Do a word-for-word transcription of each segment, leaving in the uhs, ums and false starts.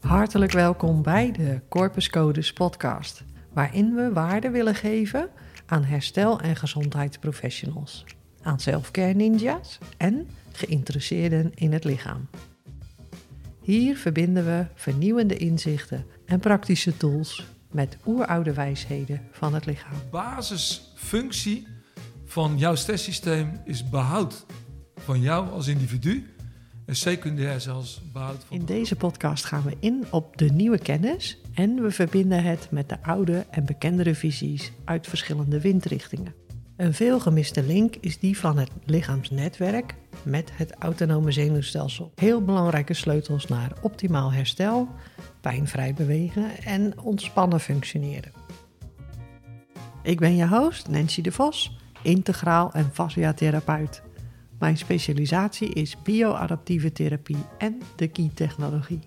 Hartelijk welkom bij de Corpus Codes podcast, waarin we waarde willen geven aan herstel- en gezondheidsprofessionals, aan selfcare ninja's en geïnteresseerden in het lichaam. Hier verbinden we vernieuwende inzichten en praktische tools met oeroude wijsheden van het lichaam. De basisfunctie van jouw stresssysteem is behoud van jou als individu en secundair zelfs behoud van... In deze podcast gaan we in op de nieuwe kennis en we verbinden het met de oude en bekendere visies uit verschillende windrichtingen. Een veelgemiste link is die van het lichaamsnetwerk met het autonome zenuwstelsel. Heel belangrijke sleutels naar optimaal herstel, pijnvrij bewegen en ontspannen functioneren. Ik ben je host, Nancy de Vos, integraal en fasciatherapeut. Mijn specialisatie is bioadaptieve therapie en de Ki-technologie.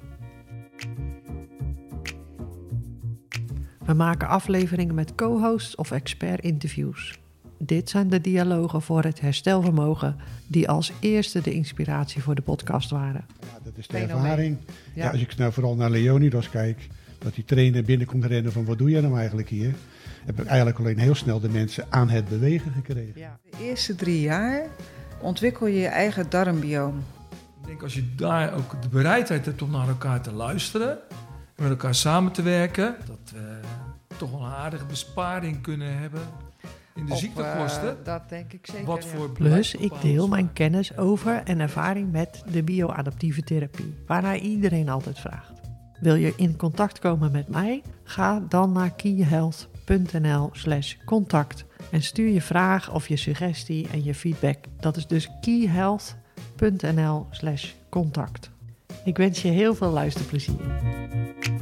We maken afleveringen met co-hosts of expert-interviews. Dit zijn de dialogen voor het herstelvermogen die als eerste de inspiratie voor de podcast waren. Ja, dat is de ervaring. Ja. Ja, als ik nou vooral naar Leonidas kijk, dat die trainer binnenkomt rennen van wat doe jij nou eigenlijk hier? Heb ik eigenlijk alleen heel snel de mensen aan het bewegen gekregen. Ja. De eerste drie jaar ontwikkel je je eigen darmbioom. Ik denk als je daar ook de bereidheid hebt om naar elkaar te luisteren en met elkaar samen te werken, dat we toch wel een aardige besparing kunnen hebben in de Op, ziektekosten. Uh, dat denk ik zeker. Wat voor Plus, ik deel mijn kennis over en ervaring met de bioadaptieve therapie, waarnaar iedereen altijd vraagt. Wil je in contact komen met mij? Ga dan naar keyhealth.nl slash contact en stuur je vraag of je suggestie en je feedback. Dat is dus keyhealth.nl slash contact. Ik wens je heel veel luisterplezier.